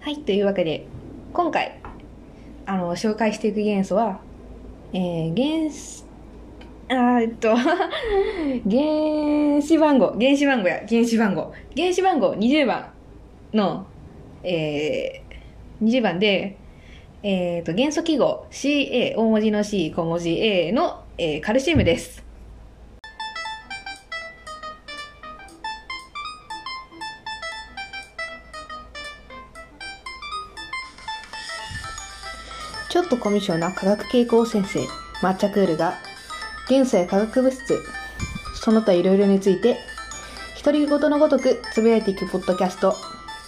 はい、というわけで今回紹介していく元素は、原子20番の、20番で、元素記号 Ca 大文字の C 小文字 A の、カルシウムです。ちょっとコミュ障な化学傾向先生抹茶クールが元素や化学物質その他いろいろについて独り言のごとくつぶやいていくポッドキャスト、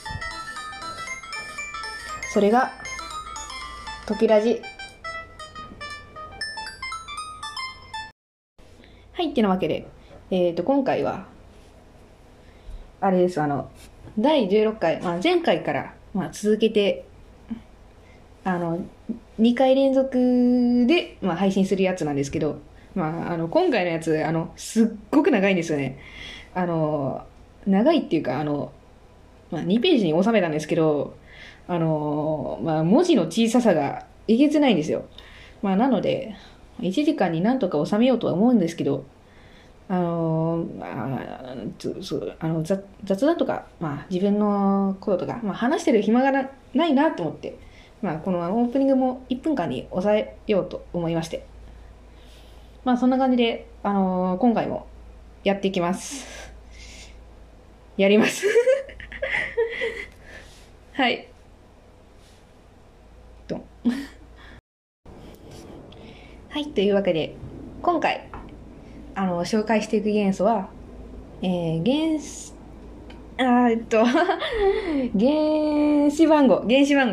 それがトキラジ。はいってなわけで、今回はあれです、第16回、前回から、続けて2回連続で、配信するやつなんですけど、今回のやつすっごく長いんですよね。長いっていうか2ページに収めたんですけど、文字の小ささがえげつないんですよ。なので1時間になんとか収めようとは思うんですけど、雑談とか、自分のこととか、話してる暇がないなと思って、このオープニングも1分間に抑えようと思いまして、そんな感じで、今回もやっていきます。やります。はい。はい、というわけで、今回、紹介していく元素は、原子番号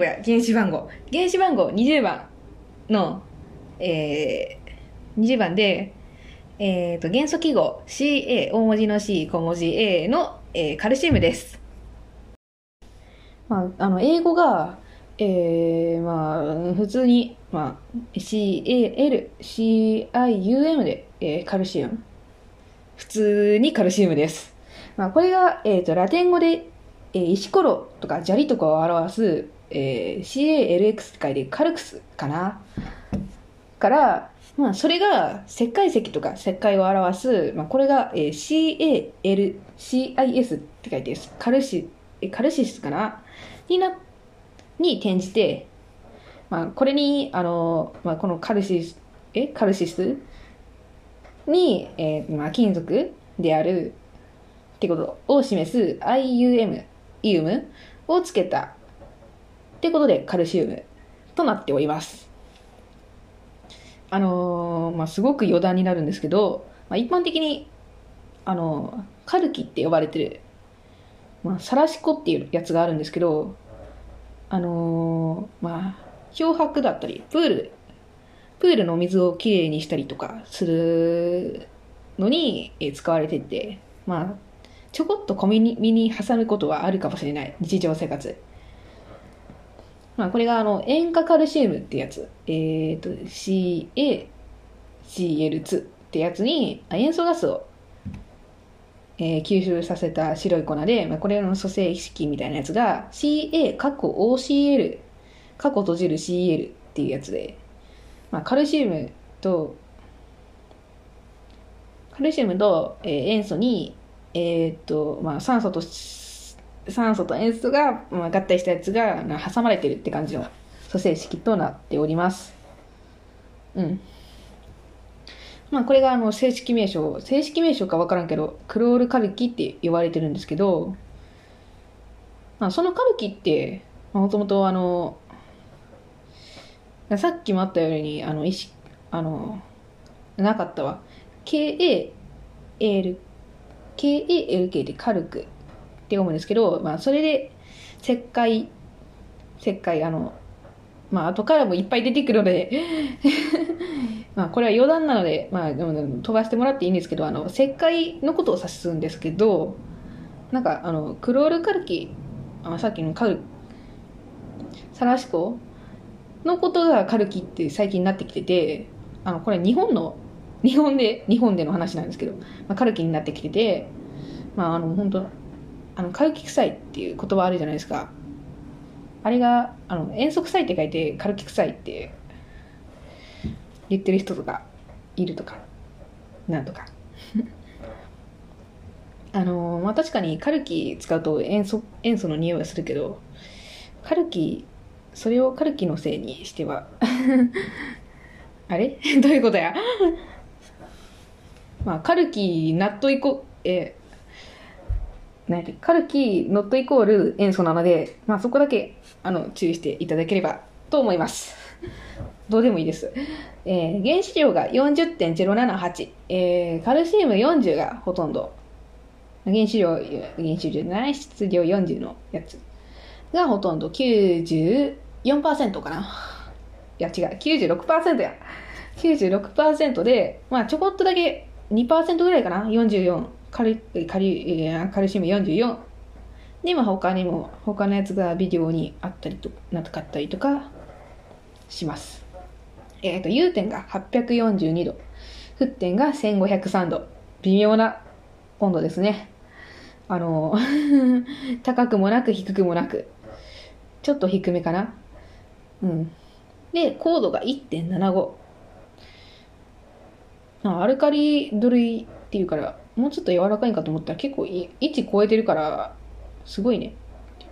20番の、20番で、元素記号 Ca 大文字の C 小文字 A の、カルシウムです。英語が、普通に、CALCIUM で、カルシウム。普通にカルシウムです。これが、ラテン語で、石ころとか砂利とかを表す、CALX って書いてカルクスかな。から、それが石灰石とか石灰を表す、これが、CALCIS って書いてカルシスかなに転じて、これにこのカルシスに、金属であるってことを示す IUM をつけたってことでカルシウムとなっております。すごく余談になるんですけど、一般的にカルキって呼ばれてる、サラシコっていうやつがあるんですけど、漂白だったりプールの水をきれいにしたりとかするのに使われてて、ちょこっと小耳に挟むことはあるかもしれない、日常生活。これが塩化カルシウムってやつ、CaCl2 ってやつに塩素ガスを、吸収させた白い粉で、これの組成式みたいなやつが Ca 過去 OCl 過去閉じる Cl っていうやつで、カルシウムと、塩素に、酸素と塩素が合体したやつが挟まれてるって感じの組成式となっております。これが正式名称か分からんけどクロールカルキって呼ばれてるんですけど、そのカルキってもともとさっきもあったようになかったわ。KALK ってカルクって読むんですけど、それで石灰後からもいっぱい出てくるのでこれは余談なので、飛ばしてもらっていいんですけど、石灰のことを指すんですけど、クロールカルキ、さっきのサラシコのことがカルキって最近になってきてて、これ日本での話なんですけど、カルキになってきてて、本当カルキ臭いっていう言葉あるじゃないですか。 あれが塩素臭いって書いてカルキ臭いって言ってる人とかいるとかなんとかまあ確かにカルキ使うと塩素の匂いはするけど、それをカルキのせいにしてはあれどういうことやまあカルキナットイコカルキノットイコール塩素なので、まあそこだけ注意していただければと思います。どうでもいいです。原子量が 40.078、カルシウム40がほとんど。原子量じゃない質量40のやつがほとんど94%かな。いや違う、96% や。96% で、まあちょこっとだけ2% ぐらいかな。44。カルシウム44。で、まあ他のやつが微量にあったりとなかったりとかします。融点が842度。沸点が1503度。微妙な温度ですね。高くもなく低くもなく、ちょっと低めかな。うん。で、高度が 1.75。アルカリ土類っていうから、もうちょっと柔らかいんかと思ったら結構1超えてるから、すごいね。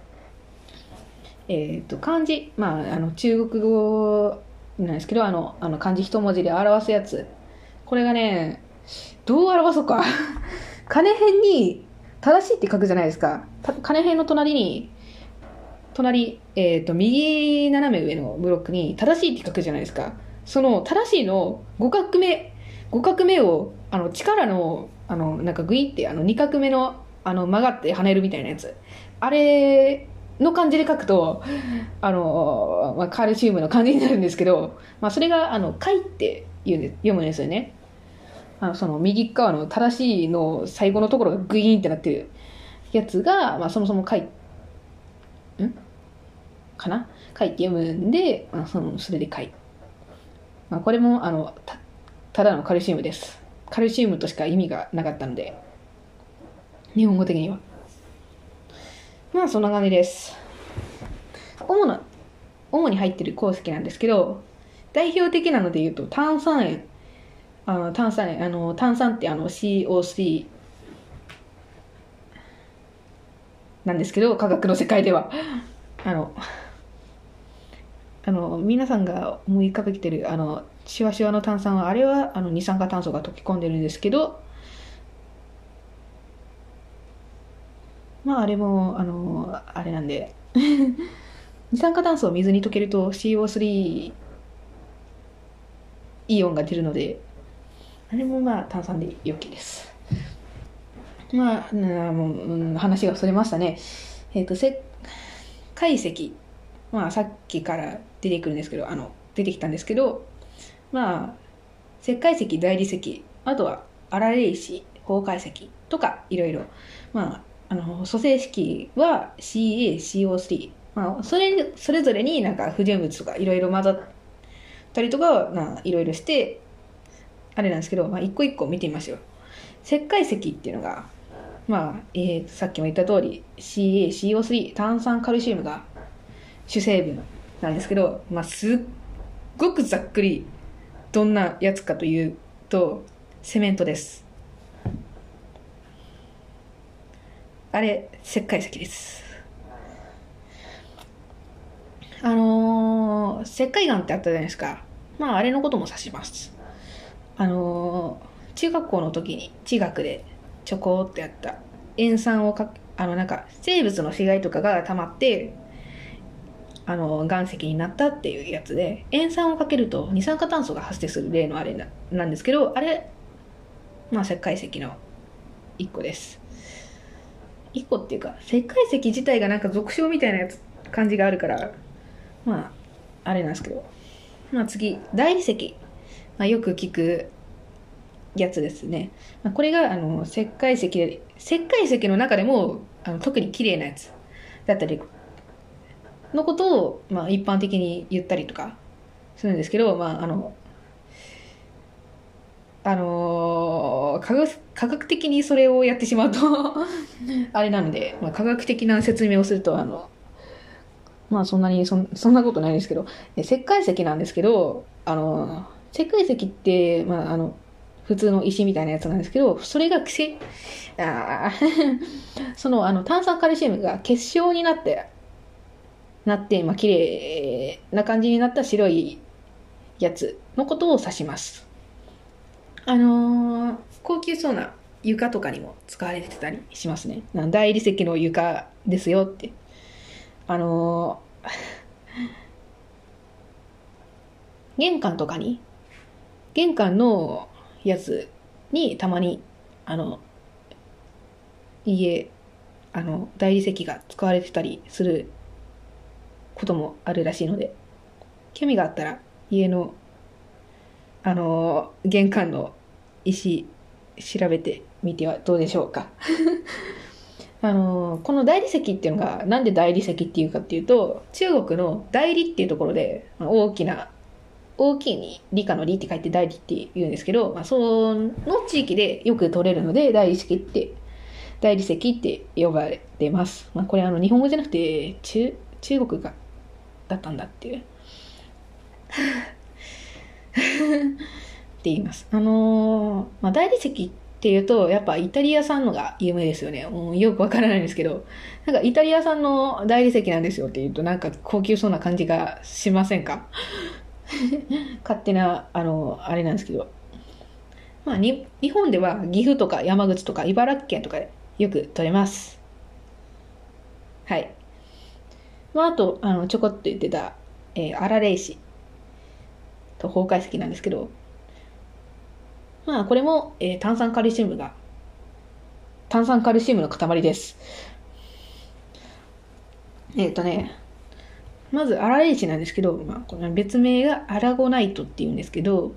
漢字。まあ、中国語なんですけど、漢字一文字で表すやつ。これがね、どう表そうか。金辺に正しいって書くじゃないですか。金辺の隣、右斜め上のブロックに正しいって書くじゃないですか。その正しいの5画目を、力の、なんかグイって2画目の、曲がって跳ねるみたいなやつ。あれの漢字で書くと、まあ、カルシウムの漢字になるんですけど、まあ、それが、貝って読むんですよね。その右側の正しいの最後のところがグイーンってなってるやつが、まあ、そもそも貝かな貝って読むんで、まあ、それで貝。まあ、これもただのカルシウムです。カルシウムとしか意味がなかったので、日本語的には。まあそんな感じです。主に入ってる鉱石なんですけど、代表的なので言うと炭酸塩。炭酸ってCOC なんですけど、科学の世界では。皆さんが思い浮かべてる、シワシワの炭酸は、あれは、二酸化炭素が溶け込んでるんですけど、まあ、あれも、あれなんで、二酸化炭素を水に溶けると CO3 イオンが出るので、あれもまあ、炭酸で良きです。まあ、もう、話がそれましたね。石灰石。まあ、さっきから出てくるんですけど、出てきたんですけど、まあ、石灰石、大理石、あとは粗泥石、方解石とかいろいろ。まあ、組成式は CaCO3。まあ、それぞれになんか不純物とかいろいろ混ざったりとか、いろいろして、あれなんですけど、まあ、一個一個見てみましょう。石灰石っていうのが、まあ、さっきも言った通り CaCO3、炭酸カルシウムが主成分なんですけど、まあ、すっごくざっくりどんなやつかというと、セメントです。あれ、石灰石です。石灰岩ってあったじゃないですか。まあ、あれのことも指します。中学校の時に地学でちょこってやった塩酸をなんか生物の死骸とかが溜まって岩石になったっていうやつで、塩酸をかけると二酸化炭素が発生する例のあれなんですけど、あれ、まあ石灰石の一個です。一個っていうか、石灰石自体がなんか俗称みたいな感じがあるから、まああれなんですけど、まあ次、大理石、まあ、よく聞くやつですね。まあ、これが石灰石の中でも特に綺麗なやつだったりのことを、まあ、一般的に言ったりとかするんですけど、まあ科学的にそれをやってしまうとあれなので、まあ、科学的な説明をするとまあそんなことないですけど、石灰石なんですけど、石灰石って、まあ普通の石みたいなやつなんですけど、それが炭酸カルシウムが結晶になって、まあ、綺麗な感じになった白いやつのことを指します。高級そうな床とかにも使われてたりしますね。大理石の床ですよって。玄関とかに、玄関のやつにたまに、家、大理石が使われてたりすることもあるらしいので、興味があったら家の、玄関の石調べてみてはどうでしょうか。この大理石っていうのがなんで大理石っていうかっていうと、中国の大理っていうところで大きいに理科の理って書いて大理って言うんですけど、まあ、その地域でよく取れるので大理石って呼ばれてます。まあ、これ日本語じゃなくて中国だったんだっていうって言います。まあ、大理石っていうとやっぱイタリア産のが有名ですよね。よくわからないんですけど、なんかイタリア産の大理石なんですよって言うとなんか高級そうな感じがしませんか？勝手なあれなんですけど、まあ、日本では岐阜とか山口とか茨城県とかでよく取れます。はい。まあ、あとちょこっと言ってた、荒れ石と方解石なんですけど、まあこれも、炭酸カルシウムの塊です。まず荒れ石なんですけど、まあ、この別名がアラゴナイトっていうんですけど、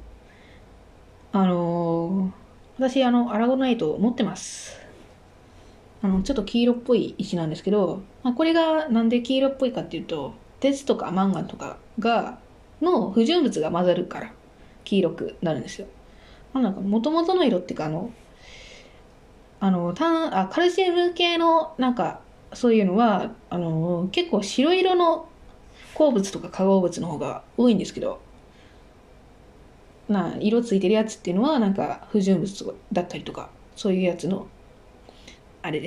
私アラゴナイト持ってます。ちょっと黄色っぽい石なんですけど、まあ、これがなんで黄色っぽいかっていうと、鉄とかマンガンとかの不純物が混ざるから黄色くなるんですよ。まあ、なんか元々の色っていうかカルシウム系のなんかそういうのは結構白色の鉱物とか化合物の方が多いんですけど、色ついてるやつっていうのはなんか不純物だったりとかそういうやつのあれです。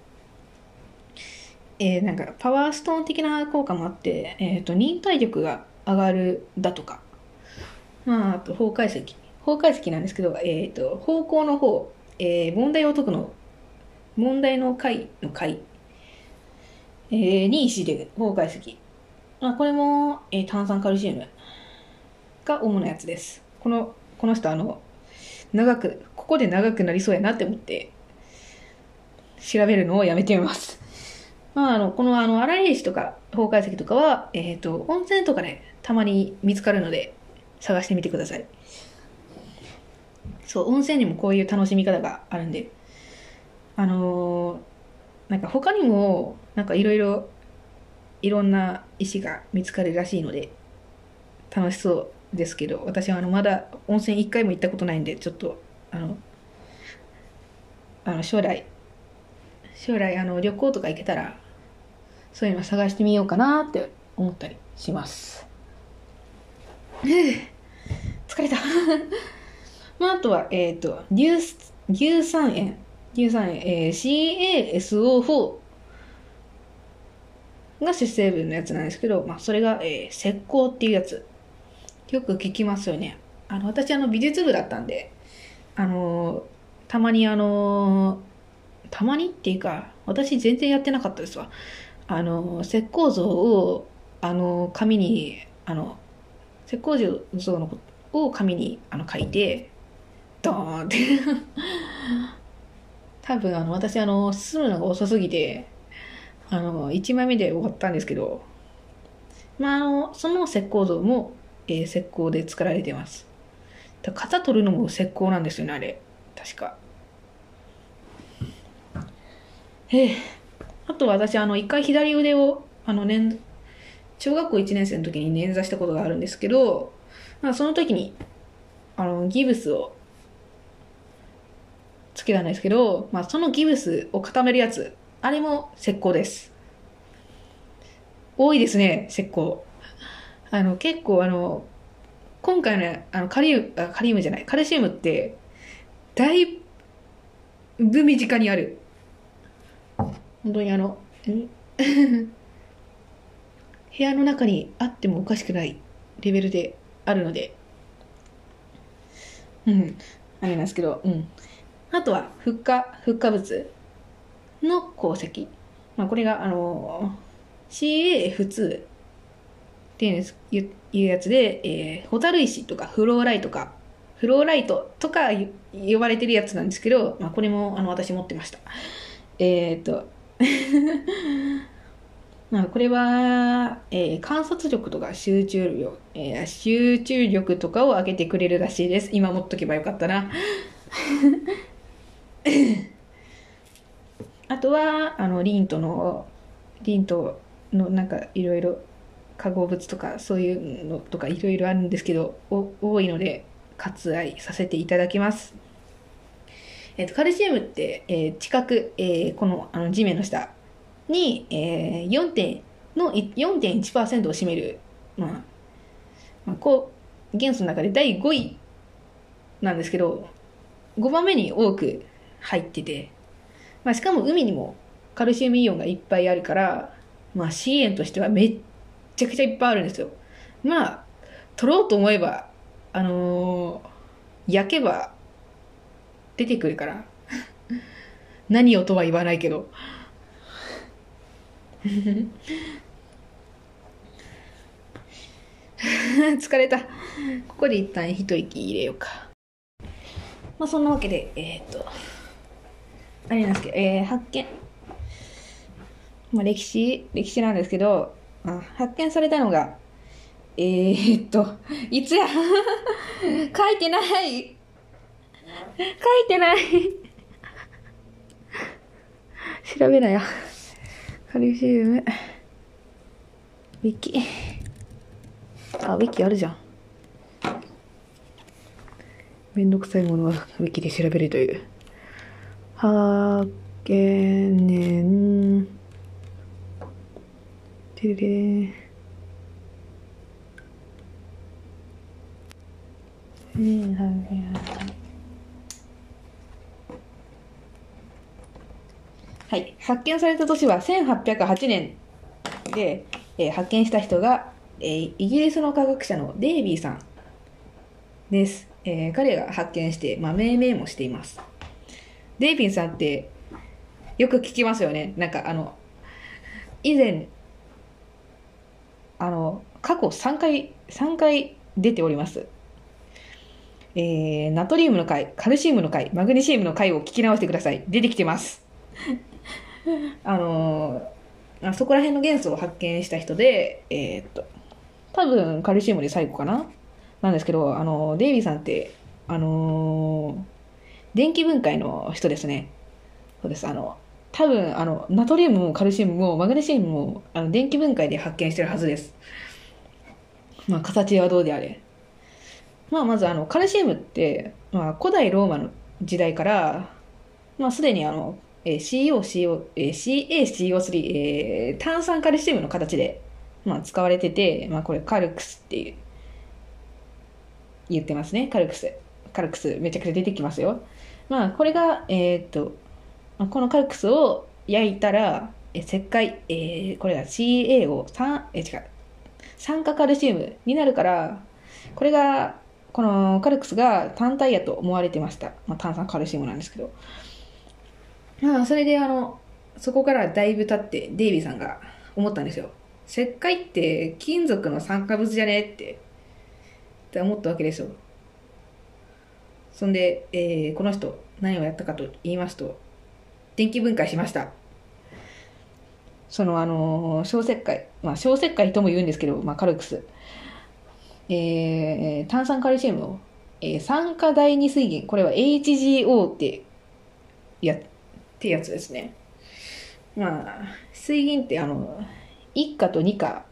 なんかパワーストーン的な効果もあって、忍耐力が上がるだとか、まあ、あと方解石なんですけど、方向の方、問題を解くの問題の解の解、に石で方解石、まあ、これも、炭酸カルシウムが主なやつです。この人ここで長くなりそうやなって思って調べるのをやめてみます。まあ、この荒い石とか方解石とかは、温泉とかねたまに見つかるので探してみてください。そう、温泉にもこういう楽しみ方があるんで、なんか他にもなんかいろんな石が見つかるらしいので楽しそうですけど、私はまだ温泉一回も行ったことないんで、ちょっと将来旅行とか行けたらそういうの探してみようかなって思ったりします。疲れた。まあ、あとは硫酸塩、CaSO4 が主成分のやつなんですけど、まあ、それが、石膏っていうやつよく聞きますよね。私美術部だったんで、たまにたまにっていうか私全然やってなかったですわ。石膏像を紙に石膏像のを紙に書いてドーンって多分私進むのが遅すぎて1枚目で終わったんですけど、まあその石膏像も、石膏で作られてます。型取るのも石膏なんですよね、あれ確か。あと私一回左腕を小学校1年生の時に捻挫したことがあるんですけど、まあ、その時にギブスをつけたんですけど、まあ、そのギブスを固めるやつあれも石膏です。 多いですね、石膏。結構今回のカリウムじゃない、カルシウムって、だいぶ身近にある。本当に部屋の中にあってもおかしくないレベルであるので、あれなんですけど、あとは、フッ化物の鉱石。これが、CaF2 っていうやつで、ホタル石とかフローライトとか呼ばれてるやつなんですけど、これも私持ってました。これは、観察力とか集中力とかを上げてくれるらしいです。今持っとけばよかったな。あとはリントのなんかいろいろ化合物とかそういうのとかいろいろあるんですけど、多いので割愛させていただきます。カルシウムって、地殻、この地面の下に、4.1% を占める、元素の中で第5位なんですけど、5番目に多く入ってて、しかも海にもカルシウムイオンがいっぱいあるから、資源としてはめっちゃくちゃいっぱいあるんですよ。取ろうと思えば、焼けば出てくるから。何をとは言わないけど。疲れた。ここで一旦一息入れようか。そんなわけで、あれなんですけど、発見。歴史なんですけど、発見されたのが、いつや書いてない調べなや。カルシウム。ウィキ。ウィキあるじゃん。めんどくさいものはウィキで調べるという。発見てれー。はい、発見された年は1808年で、発見した人が、イギリスの科学者のデイビーさんです。彼が発見して、命名もしています。デイビーさんってよく聞きますよね。なんか以前過去3回出ております。ナトリウムの回、カルシウムの回、マグネシウムの回を聞き直してください。出てきてます。そこら辺の元素を発見した人で、多分カルシウムで最後かななんですけど、デイビーさんって、電気分解の人ですね。そうです。多分、ナトリウムもカルシウムもマグネシウムも、電気分解で発見してるはずです。形はどうであれ。まずカルシウムって、古代ローマの時代から、すでにCaCO3、炭酸カルシウムの形で、使われてて、これカルクスって言ってますね。カルクスめちゃくちゃ出てきますよ。これが、このカルクスを焼いたら、石灰、これが 酸化カルシウムになるから、このカルクスが単体やと思われてました。炭酸カルシウムなんですけど。それでそこからだいぶ経ってデイビーさんが思ったんですよ。石灰って金属の酸化物じゃねって思ったわけですよ。そんで、この人何をやったかと言いますと、電気分解しました。その小石灰、小石灰とも言うんですけど、カルクス、炭酸カルシウムを、酸化第二水銀、これは HGO ってやつですね。水銀って1価と2価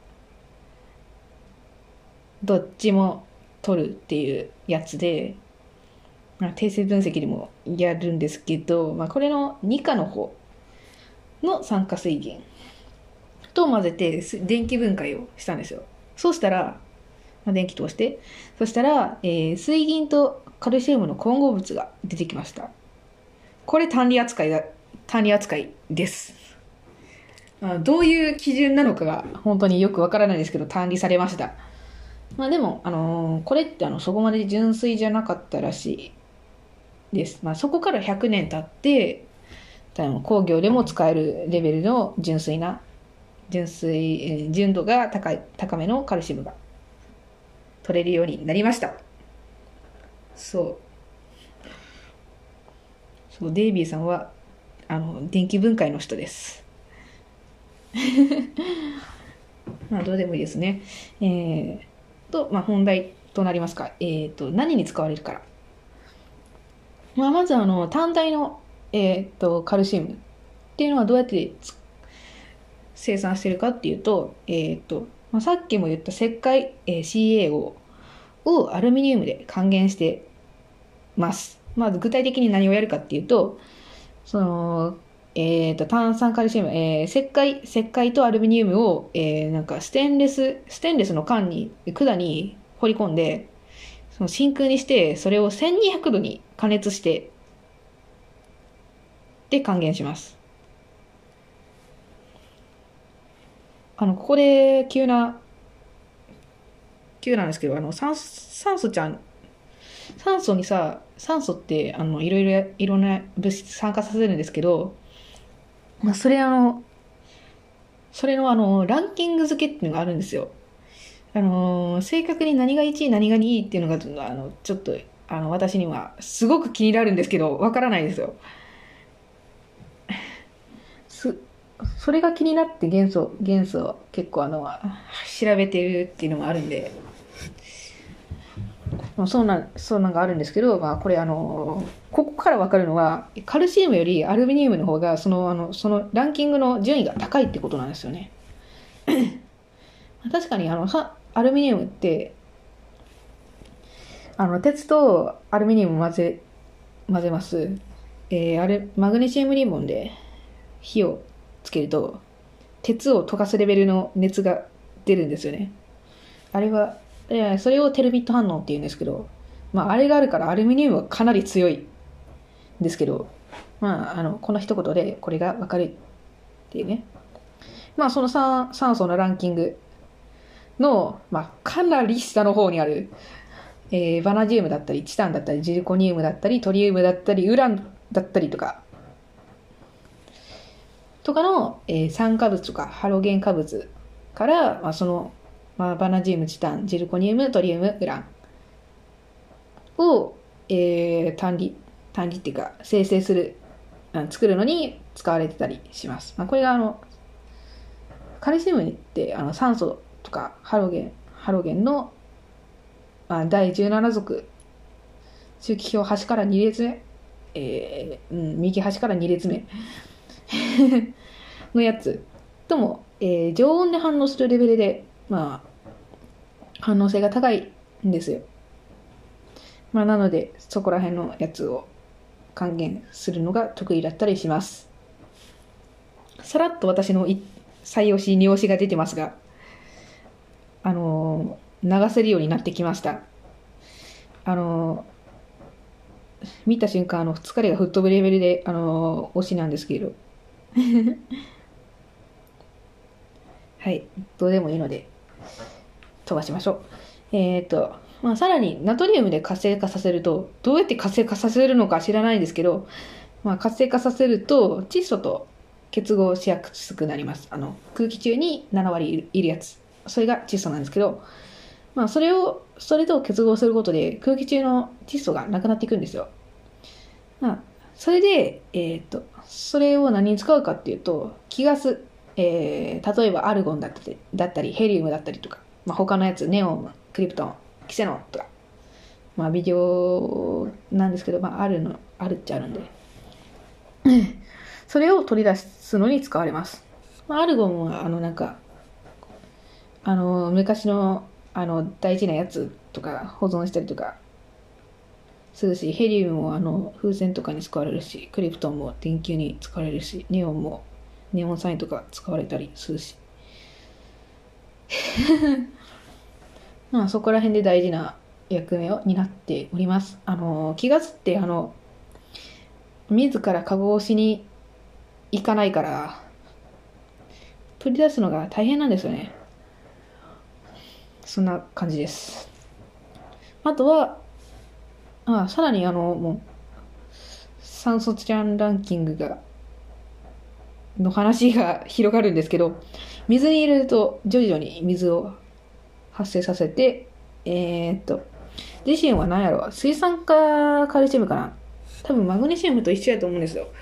どっちも取るっていうやつで、定性分析でもやるんですけど、これの2価の方の酸化水銀、 と混ぜて電気分解をしたんですよ。そうしたら、電気通して、そしたら、水銀とカルシウムの混合物が出てきました。これ単利扱いです。どういう基準なのかが本当によくわからないですけど、単利されました。でも、これってそこまで純粋じゃなかったらしいです。そこから100年経って、工業でも使えるレベルの純度が高めのカルシウムが取れるようになりました。そう、デイビーさんは、電気分解の人です。どうでもいいですね。本題となりますか。何に使われるから。まず単体の、カルシウムっていうのはどうやって生産してるかっていうと、さっきも言った石灰、CaO をアルミニウムで還元してます。まず具体的に何をやるかっていうと、炭酸カルシウム、石灰とアルミニウムを、ステンレスの管に放り込んで、その真空にして、それを1200度に加熱して、で還元します。ここで急なんですけど、酸素っていろんな物質参加させるんですけど、それのランキング付けっていうのがあるんですよ。正確に何が1位何が2位っていうのがちょっと私にはすごく気になるんですけどわからないですよ。それが気になって元素を結構調べてるっていうのもあるんで、そうなんがあるんですけど、これここから分かるのはカルシウムよりアルミニウムの方がそのランキングの順位が高いってことなんですよね。確かにアルミニウムって鉄とアルミニウム混ぜます。マグネシウムリボンで火をつけると鉄を溶かすレベルの熱が出るんですよね。それをテルビット反応って言うんですけど、あれがあるからアルミニウムはかなり強いんですけど、この一言でこれが分かるっていうね。その酸素のランキングの、かなり下の方にある、バナジウムだったりチタンだったりジルコニウムだったりトリウムだったりウランだったりとかの、酸化物とかハロゲン化物から、バナジウム、チタン、ジルコニウム、トリウム、ウランを、単理っていうか生成作るのに使われてたりします。これがカルシウムって酸素とかハロゲンの、第17族周期表端から2列目、右端から2列目のやつとも、常温で反応するレベルで、反応性が高いんですよ。なのでそこら辺のやつを還元するのが得意だったりします。さらっと私の3押し2押しが出てますが、流せるようになってきました。見た瞬間疲れが吹っ飛ぶレベルで推しなんですけどはい、どうでもいいので飛ばしましょう。さらにナトリウムで活性化させると、どうやって活性化させるのか知らないんですけど、活性化させると窒素と結合しやすくなります。空気中に7割いるやつ、それが窒素なんですけど、それと結合することで空気中の窒素がなくなっていくんですよ。それで、それを何に使うかっていうと、気ガス、例えばアルゴンだったりヘリウムだったりとか、他のやつネオン、クリプトン、キセノンとか、微量なんですけど、あるっちゃあるんでそれを取り出すのに使われます。アルゴンは昔の大事なやつとか保存したりとかするし、ヘリウムも風船とかに使われるし、クリプトンも電球に使われるし、ネオンもネオンサインとか使われたりするし、 まあそこら辺で大事な役目を担っております。気がつって自らカゴをしに行かないから取り出すのが大変なんですよね。そんな感じです。あとはさらにもう酸素ちゃんランキングの話が広がるんですけど、水に入れると徐々に水を発生させて、自身は何やろ、水酸化カルシウムかな、多分マグネシウムと一緒やと思うんですよ。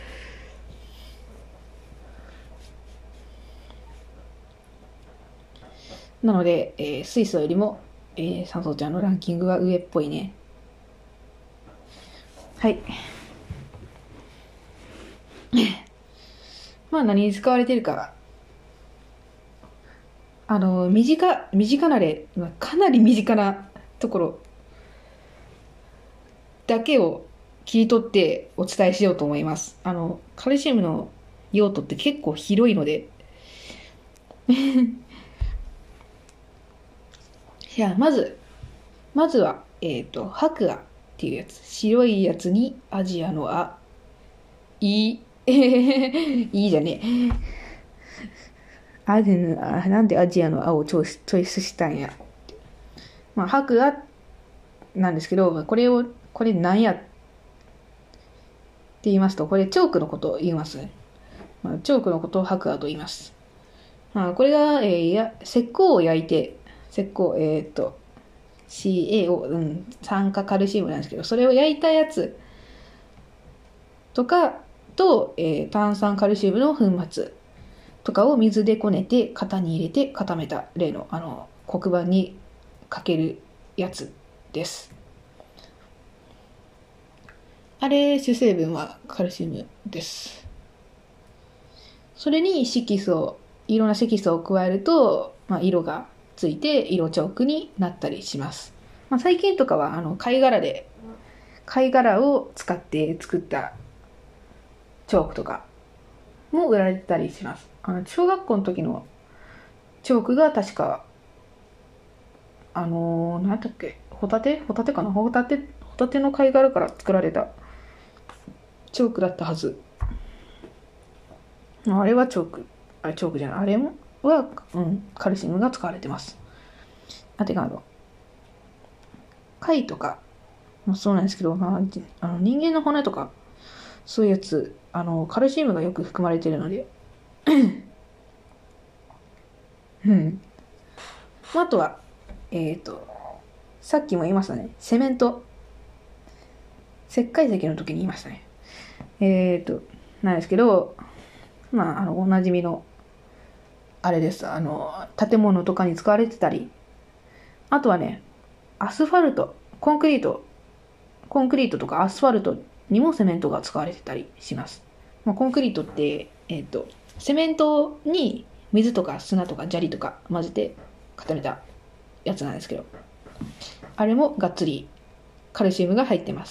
なので、水素よりも、酸素ちゃんのランキングは上っぽいね。はい。まあ何に使われているか、身近な例、かなり身近なところだけを切り取ってお伝えしようと思います。カルシウムの用途って結構広いのでいや、まずは、白亜っていうやつ。白いやつにアジアのア。いい。いいじゃねえ。なんでアジアのアをチョイスしたんや。まあ、白亜なんですけど、これなんやって言いますと、これチョークのことを言います。まあ、チョークのことを白亜と言います。まあ、これが、石膏を焼いて、石膏、CaO、酸化カルシウムなんですけど、それを焼いたやつとかと、炭酸カルシウムの粉末とかを水でこねて型に入れて固めた例の黒板にかけるやつです。あれ主成分はカルシウムです。それにいろんな色素を加えると、色がついて色チョークになったりします。最近とかは貝殻を使って作ったチョークとかも売られてたりします。小学校の時のチョークが確か何だっけ、ホタテかな、ホタテの貝殻から作られたチョークだったはず。あれはチョークじゃない、あれは、カルシウムが使われてます。てか貝とかもそうなんですけど、人間の骨とかそういうやつカルシウムがよく含まれているのであとはさっきも言いましたね、セメント、石灰石の時に言いましたね。なんですけど、おなじみのあれです。建物とかに使われてたり、あとはね、アスファルト、コンクリートとかアスファルトにもセメントが使われてたりします。コンクリートって、セメントに水とか砂とか砂利とか混ぜて固めたやつなんですけど、あれもがっつりカルシウムが入ってます。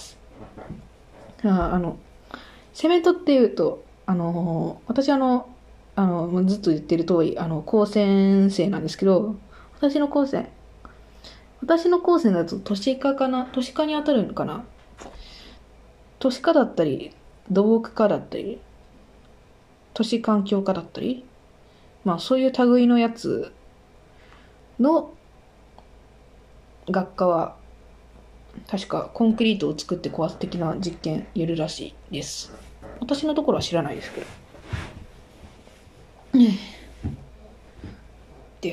セメントっていうと、私ずっと言ってる通り、高専生なんですけど、私の高専だと都市科に当たるのかな、都市科だったり、土木科だったり、都市環境科だったり、そういう類のやつの学科は、確かコンクリートを作って壊す的な実験やるらしいです。私のところは知らないですけど。です。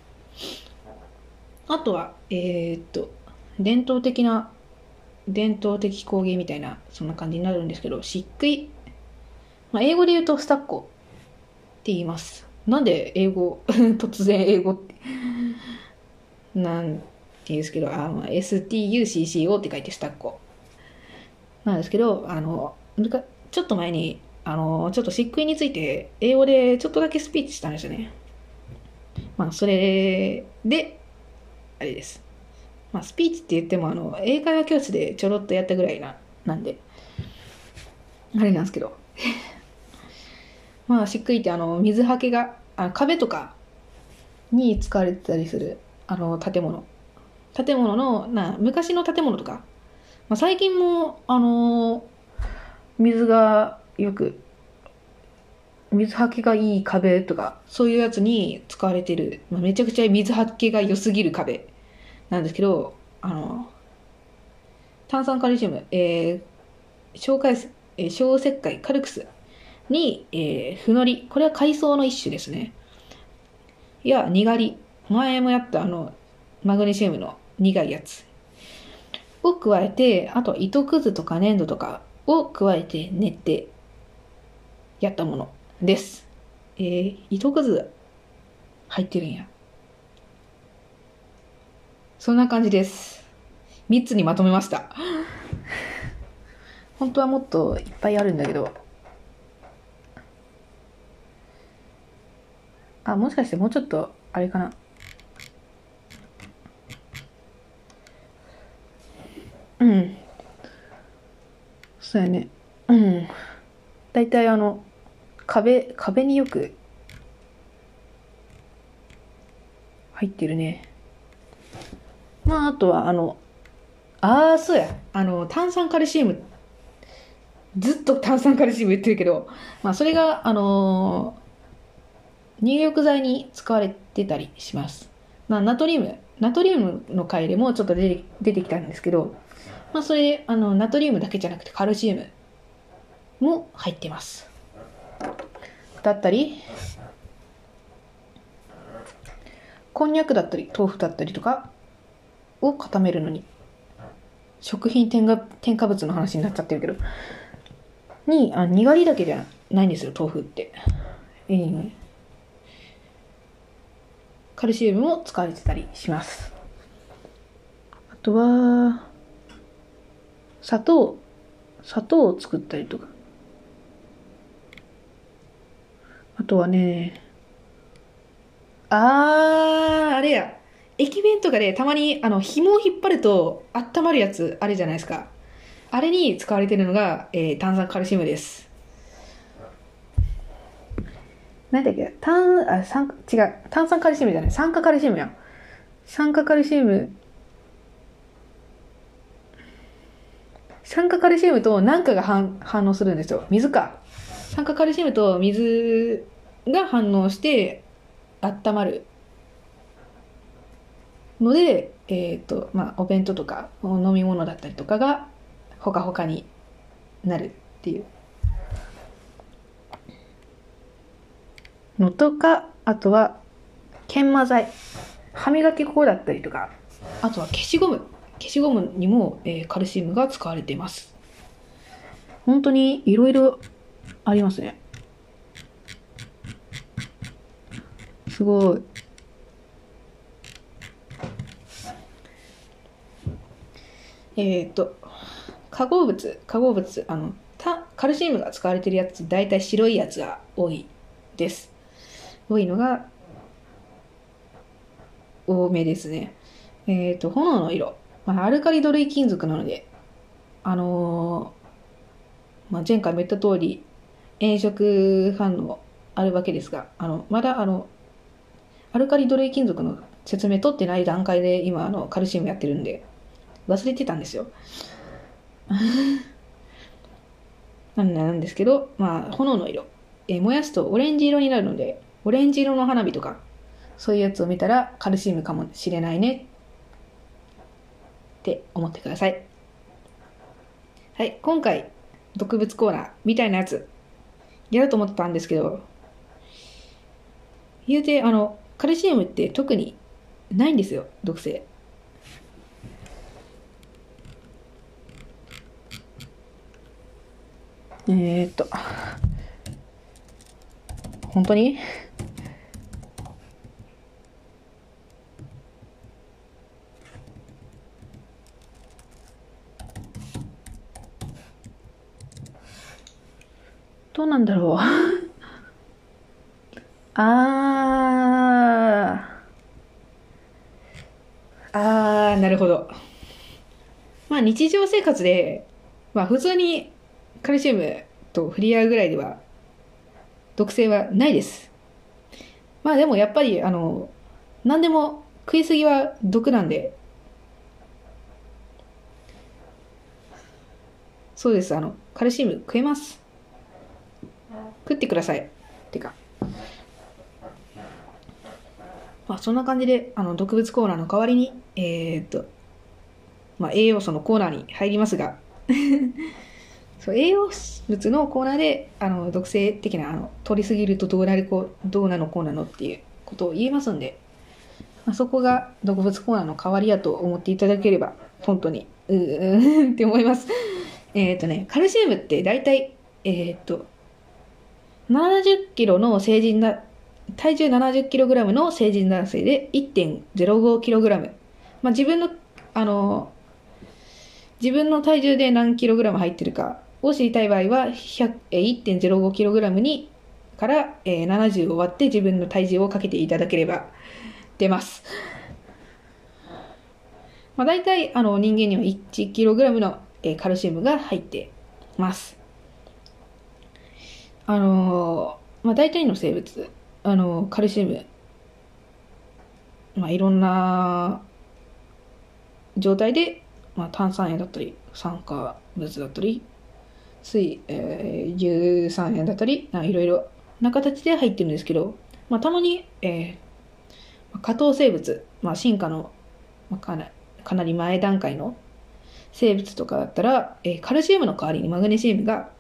あとは、伝統的工芸みたいな、そんな感じになるんですけど、漆喰。英語で言うとスタッコって言います。なんで突然英語って。なんて言うんですけど、STUCCO って書いてスタッコ。なんですけど、ちょっと前に、ちょっと漆喰について英語でちょっとだけスピーチしたんですよね。それで、あれです。スピーチって言っても英会話教室でちょろっとやったぐらいなんで、あれなんですけど。漆喰って水はけが、壁とかに使われてたりする建物の昔の建物とか、最近も水はけがいい壁とかそういうやつに使われている、めちゃくちゃ水はけが良すぎる壁なんですけど、炭酸カルシウム、小石灰カルクスに、フノリ、これは海藻の一種ですね。にがり、前もやったマグネシウムの苦いやつを加えて、あと糸くずとか粘土とかを加えて練ってやったものです。糸くず入ってるんや。そんな感じです。3つにまとめました。本当はもっといっぱいあるんだけど、もしかしてもうちょっとあれかな。そうやね。だいたい壁によく入ってるね。あとはそうや。炭酸カルシウム。ずっと炭酸カルシウム言ってるけど、それが、入浴剤に使われてたりします。ナトリウムの回でもちょっと出てきたんですけど、それ、ナトリウムだけじゃなくてカルシウムも入ってます。だったり、こんにゃくだったり、豆腐だったりとかを固めるのに、食品添加物の話になっちゃってるけど、にがりだけじゃないんですよ、豆腐って。カルシウムも使われてたりします。あとは、砂糖を作ったりとか。あとはね、あれや。駅弁とかでたまに紐を引っ張ると温まるやつあるじゃないですか。あれに使われてるのが、炭酸カルシウムです。何だっけ、炭酸カルシウムじゃない、酸化カルシウムやん。酸化カルシウムと何かが反応するんですよ。水か。酸化カルシウムと水が反応して温まるので、お弁当とか飲み物だったりとかがほかほかになるっていうのとか、あとは研磨剤、歯磨き粉だったりとか、あとは消しゴムにも、カルシウムが使われています。本当にいろいろありますね。すごい。化合物カルシウムが使われてるやつ、だいたい白いやつが多いです。多いのが多めですね。炎の色、アルカリ土類金属なので、前回も言った通り炎色反応あるわけですが、まだアルカリ土類金属の説明取ってない段階で今カルシウムやってるんで忘れてたんですよ。なんですけど、炎の色、燃やすとオレンジ色になるので、オレンジ色の花火とかそういうやつを見たらカルシウムかもしれないねって思ってください。はい、今回毒物コーナーみたいなやつやると思ったんですけど、言うてカルシウムって特にないんですよ、毒性。本当にどうなんだろう。なるほど。日常生活で、普通にカルシウムと触れ合うぐらいでは毒性はないです。でもやっぱり何でも食いすぎは毒なんで、そうです、カルシウム食えます。食ってください。てか。まあ、そんな感じで、毒物コーナーの代わりに、栄養素のコーナーに入りますが、そう栄養物のコーナーで、毒性的な、取りすぎるとどうなのこうなのっていうことを言えますんで、まあ、そこが毒物コーナーの代わりやと思っていただければ、本当に、って思います。カルシウムって大体、70キロの成人だ、体重70キログラムの成人男性で 1.05 キログラム。まあ、自分の体重で何キログラム入ってるかを知りたい場合は、1.05 キログラムにから、70を割って自分の体重をかけていただければ出ます。まあ、大体、人間には1キログラムの、カルシウムが入ってます。まあ、大体の生物、カルシウム、まあ、いろんな状態で、まあ、炭酸塩だったり、酸化物だったり、硫酸塩だったり、いろいろな形で入ってるんですけど、まあ、たまに、下等生物、まあ、進化の、まあ、かなり前段階の生物とかだったら、カルシウムの代わりにマグネシウムが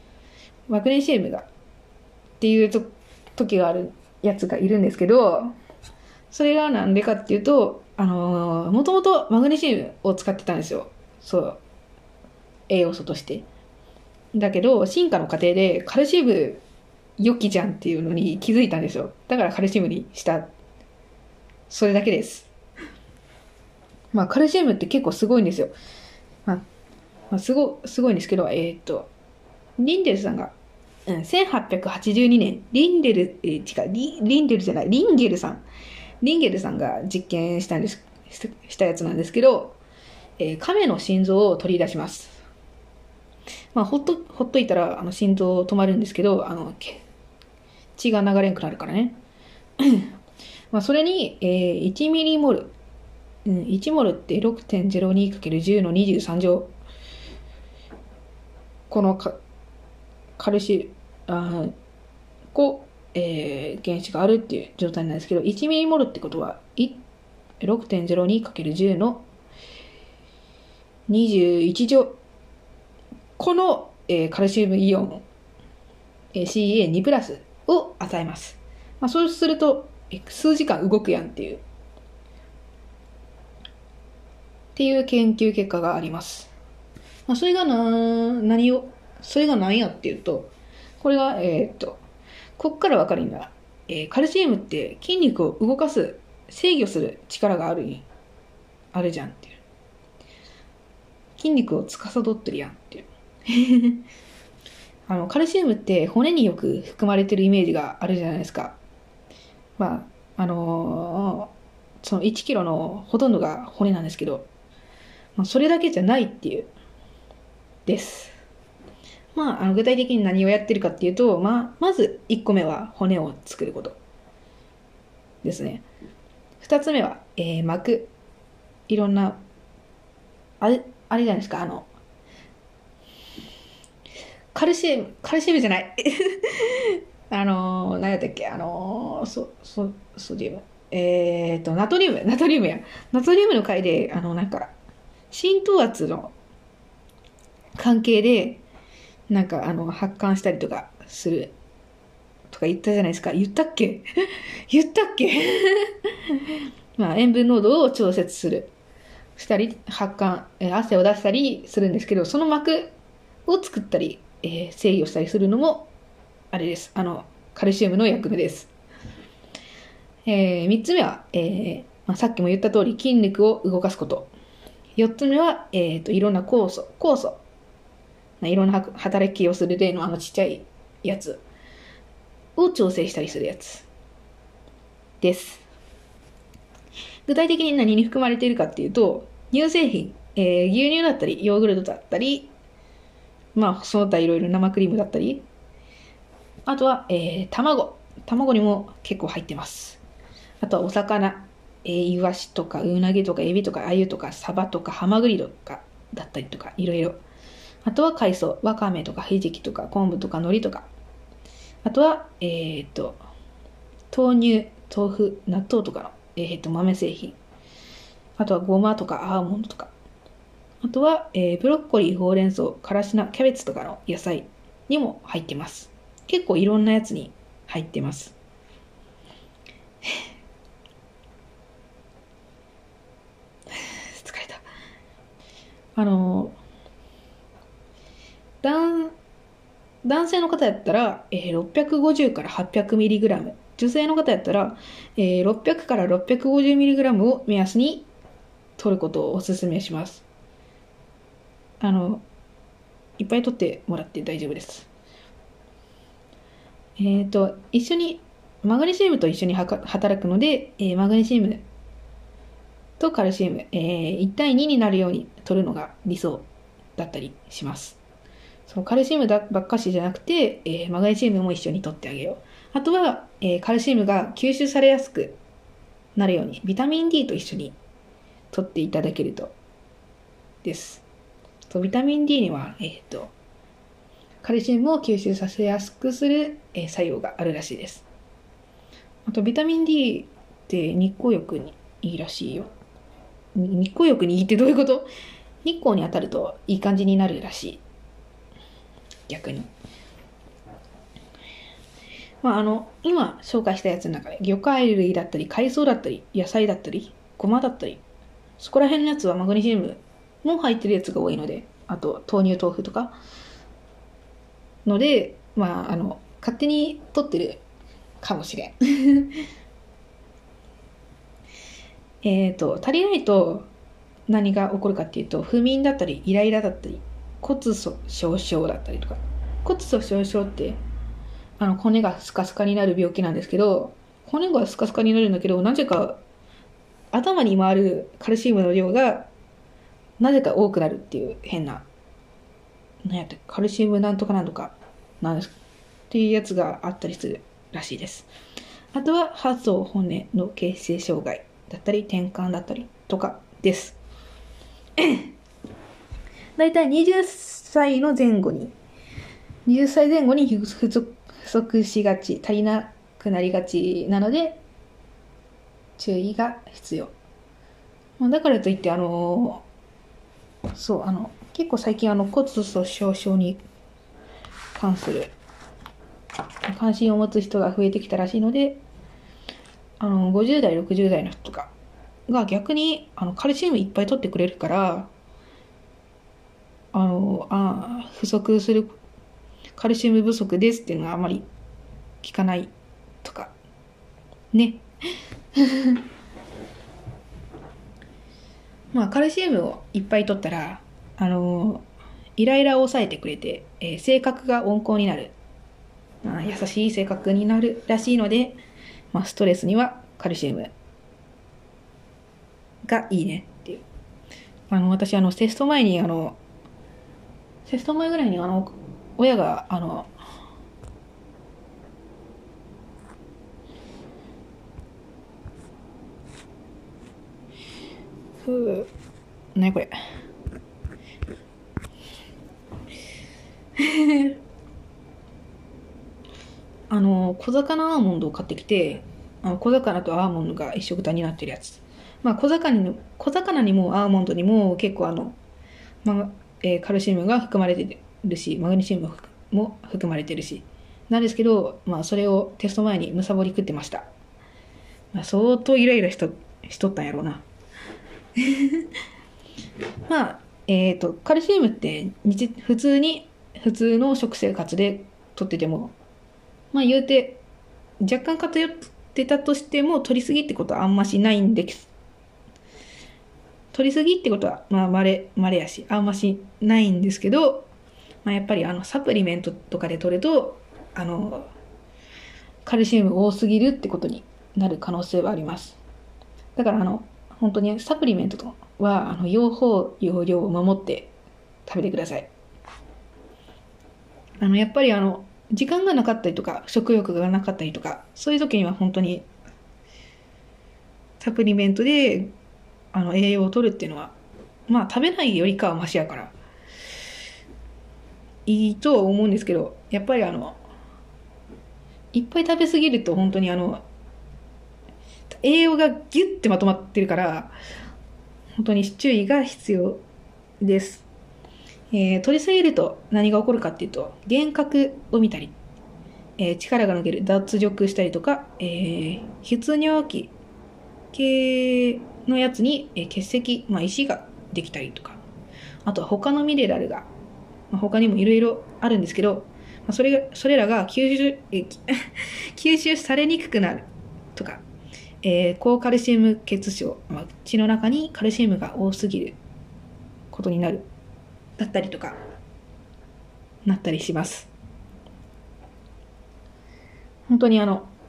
っていう時があるやつがいるんですけど、それがなんでかっていうと、もともとマグネシウムを使ってたんですよ。そう。栄養素として。だけど、進化の過程でカルシウム良きじゃんっていうのに気づいたんですよ。だからカルシウムにした。それだけです。まあ、カルシウムって結構すごいんですよ。まあ、すごいんですけど、リンデルさんが、1882年、リンゲルさんが実験したやつなんですけど、亀の心臓を取り出します。まあ、ほっといたら、心臓止まるんですけど、血が流れんくなるからね。まあ、それに、1ミリモル、1モルって 6.02×10 の23乗。このカルシウム、原子があるっていう状態なんですけど、1ミリモルってことは 6.02×10 の21乗。この、カルシウムイオン、CA2 プラスを与えます。まあ、そうすると、数時間動くやんっていう研究結果があります。まあ、それが何やっていうと、これが、こっからわかるんだ。カルシウムって筋肉を動かす、制御する力があるじゃんっていう。筋肉を司ってるやんっていう。カルシウムって骨によく含まれてるイメージがあるじゃないですか。まあ、その1キロのほとんどが骨なんですけど、まあ、それだけじゃないっていう、です。まあ、具体的に何をやってるかっていうと、まず1個目は骨を作ることですね。2つ目は、膜。いろんな、あれじゃないですか、カルシウムじゃない。何やったっけ、ソディウム。ナトリウムや。ナトリウムの回で、浸透圧の関係で、発汗したりとかするとか言ったじゃないですか。言ったっけまあ、塩分濃度を調節したり、汗を出したりするんですけど、その膜を作ったり、制御したりするのも、あれです。カルシウムの役目です。3つ目は、さっきも言った通り筋肉を動かすこと。4つ目は、いろんな酵素。いろんな働きをする例のちっちゃいやつを調整したりするやつです。具体的に何に含まれているかっていうと、乳製品、牛乳だったり、ヨーグルトだったり、まあ、その他いろいろ生クリームだったり、あとは、卵にも結構入ってます。 あとはお魚、イワシとかウナギとかエビとかアユとかサバとかハマグリとかだったりとかいろいろ。あとは海藻、わかめとかひじきとか昆布とか海苔とか。あとは、豆乳、豆腐、納豆とかの、豆製品。あとはごまとかアーモンドとか。あとは、ブロッコリー、ほうれん草、からし菜、キャベツとかの野菜にも入ってます。結構いろんなやつに入ってます。疲れた。男性の方やったら、650から 800mg、女性の方やったら、600から 650mg を目安に取ることをお勧めします。いっぱい取ってもらって大丈夫です。一緒にマグネシウムと一緒に働くので、マグネシウムとカルシウム、1対2になるように取るのが理想だったりします。そうカルシウムばっかしじゃなくて、マグネシウムも一緒に取ってあげよう。あとは、カルシウムが吸収されやすくなるようにビタミン D と一緒に取っていただけるとです。ビタミン D には、カルシウムを吸収させやすくする、作用があるらしいです。あとビタミン D って日光浴にいいらしいよ。日光浴にいいってどういうこと？日光に当たるといい感じになるらしい。逆に。今紹介したやつの中で魚介類だったり海藻だったり野菜だったりごまだったりそこら辺のやつはマグネシウムも入ってるやつが多いので、あと豆乳豆腐とかので、勝手に取ってるかもしれん。足りないと何が起こるかっていうと、不眠だったりイライラだったり骨粗鬆症だったりとか。骨粗鬆症って骨がスカスカになる病気なんですけど、骨がスカスカになるんだけど、なぜか頭に回るカルシウムの量がなぜか多くなるっていう変な、カルシウムなんとかなんとかなんですっていうやつがあったりするらしいです。あとは発想骨の形成障害だったり転換だったりとかです。だいたい20歳の前後に20歳前後に不足しがち、足りなくなりがちなので注意が必要。だからといって結構最近骨粗鬆症に関する関心を持つ人が増えてきたらしいので、50代60代の人とかが逆にカルシウムいっぱい取ってくれるから不足するカルシウム不足ですっていうのがあまり聞かないとかね。カルシウムをいっぱい取ったらイライラを抑えてくれて、性格が温厚になる、優しい性格になるらしいので、ストレスにはカルシウムがいいねっていう。私テスト前ぐらいに親が何これ小魚アーモンドを買ってきて、小魚とアーモンドが一緒くたになってるやつ。小魚にもアーモンドにも結構カルシウムが含まれてるし、マグネシウムも含まれてるし、なんですけど、それをテスト前にむさぼり食ってました。相当イライラしとったんやろうな。カルシウムって普通の食生活で取ってても、言うて若干偏ってたとしても取りすぎってことはあんましないんです。取りすぎってことは稀やしあんましないんですけど、やっぱりサプリメントとかで取るとカルシウム多すぎるってことになる可能性はあります。だから本当にサプリメントは用法用量を守って食べてください。やっぱり時間がなかったりとか食欲がなかったりとかそういう時には本当にサプリメントで栄養を取るっていうのは、まあ食べないよりかはマシやからいいとは思うんですけど、やっぱりいっぱい食べ過ぎると本当に栄養がギュッてまとまってるから、本当に注意が必要です。取りすぎると何が起こるかっていうと、幻覚を見たり、力が抜ける、脱力したりとか、血尿器系のやつに、結石、石ができたりとか、あとは他のミネラルが、他にもいろいろあるんですけど、それらが吸収されにくくなるとか、高カルシウム血症、血の中にカルシウムが多すぎることになるだったりとかなったりします。本当に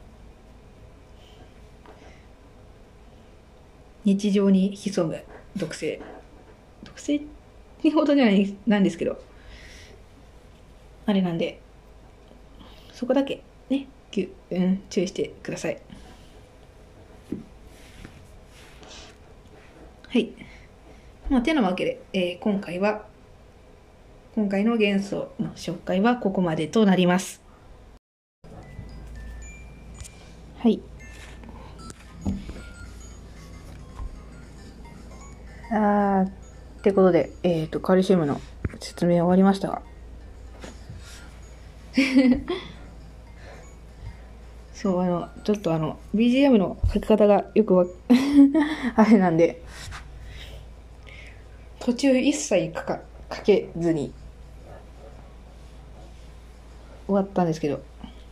日常に潜む毒性にほどじゃないなんですけど、あれなんで、そこだけね、注意してください。はい。てなわけで、今回の元素の紹介はここまでとなります。はい。ってことで、カルシウムの説明終わりましたが。そう、ちょっとBGM の書き方がよくあれなんで、途中一切かけずに終わったんですけど、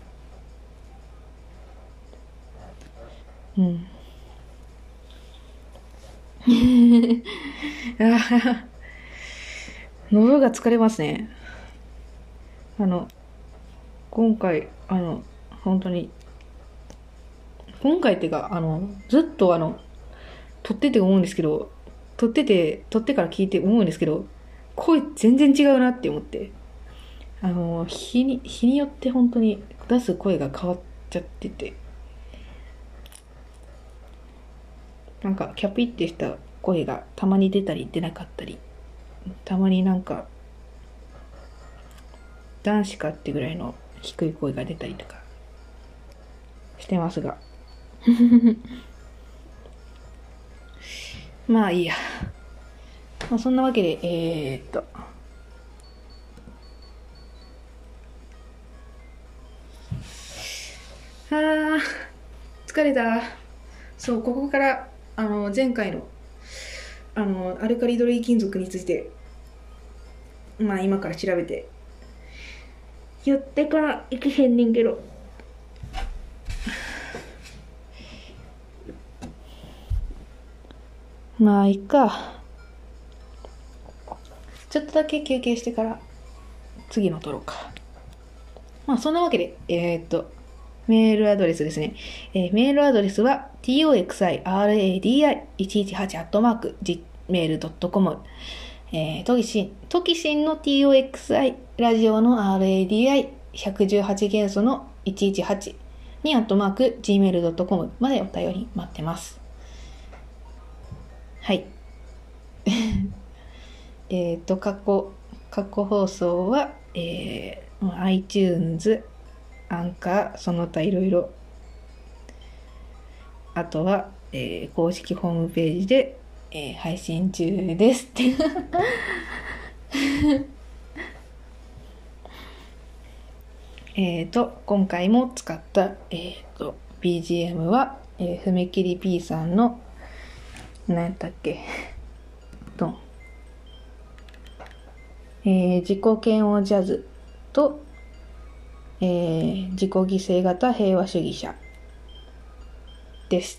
喉が疲れますね。今回、本当に、今回っていうか、ずっと撮ってて思うんですけど、撮ってから聞いて思うんですけど、声全然違うなって思って、日によって本当に出す声が変わっちゃってて、なんかキャピってした声がたまに出たり出なかったり、たまになんか男子かってぐらいの低い声が出たりとかしてますがまあいいや、そんなわけで疲れた。そう、ここから前回のアルカリドリー金属について今から調べて言ってから行けへんねんけど、いっか。ちょっとだけ休憩してから次の撮ろうか。そんなわけでメールアドレスですね。メールアドレスは toxiradi118@gmail.com、トキシンの toxi、ラジオの radi118 元素の118に@gmail.com までお便り待ってます。はい。過去放送は、iTunes、アンカー、その他いろいろ、あとは、公式ホームページで、配信中ですって今回も使った、BGM は、踏切 P さんの何やったっけ自己嫌悪ジャズと、自己犠牲型平和主義者でした。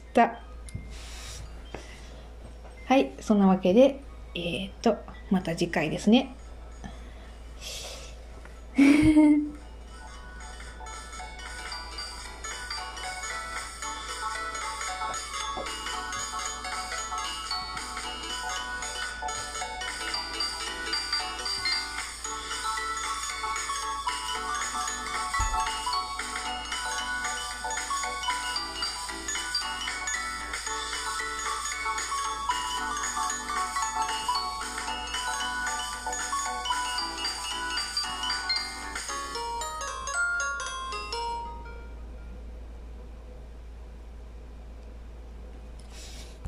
はい、そんなわけで、また次回ですね。